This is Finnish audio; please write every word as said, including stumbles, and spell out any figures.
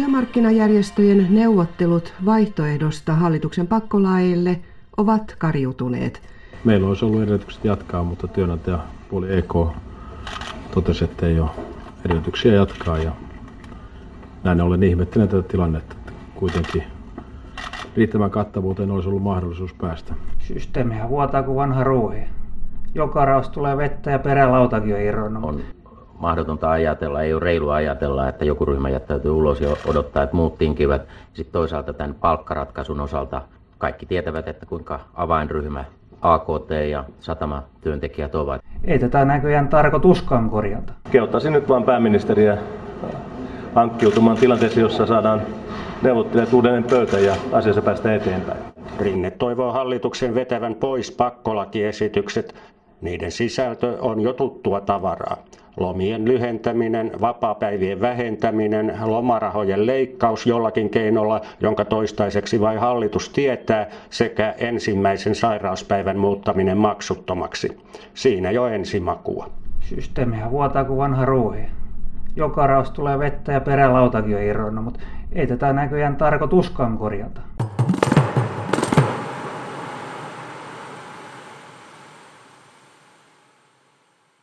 Työmarkkinajärjestöjen neuvottelut vaihtoehdosta hallituksen pakkolaeille ovat kariutuneet. Meillä olisi ollut edellytykset jatkaa, mutta työnantajapuoli E K totesi, että ei ole edellytyksiä jatkaa. Ja näin ollen ihmettelen tätä tilannetta, että kuitenkin riittävän kattavuuteen olisi ollut mahdollisuus päästä. Systeemihän vuotaa kuin vanha ruuhi. Joka raus tulee vettä ja perälautakin on irronnut. On mahdotonta ajatella, ei ole reilua ajatella, että joku ryhmä jättäytyy ulos ja odottaa, että muut tinkivät. Sitten toisaalta tämän palkkaratkaisun osalta kaikki tietävät, että kuinka avainryhmä A K T ja satamatyöntekijät ovat. Ei tätä näköjään tarkoituskaan korjata. Kehottaisin nyt vaan pääministeriä hankkiutumaan tilanteeseen, jossa saadaan neuvottelijat uudelleen pöytään ja asiassa päästä eteenpäin. Rinne toivoo hallituksen vetävän pois pakkolakiesitykset. Niiden sisältö on jo tuttua tavaraa. Lomien lyhentäminen, vapaapäivien vähentäminen, lomarahojen leikkaus jollakin keinolla, jonka toistaiseksi vain hallitus tietää, sekä ensimmäisen sairauspäivän muuttaminen maksuttomaksi. Siinä jo ensimakua. Systeemihän vuotaa kuin vanha ruuhi. Joka raus tulee vettä ja perälautakin on irronnut, mutta ei tätä näköjään tarkoituskaan korjata.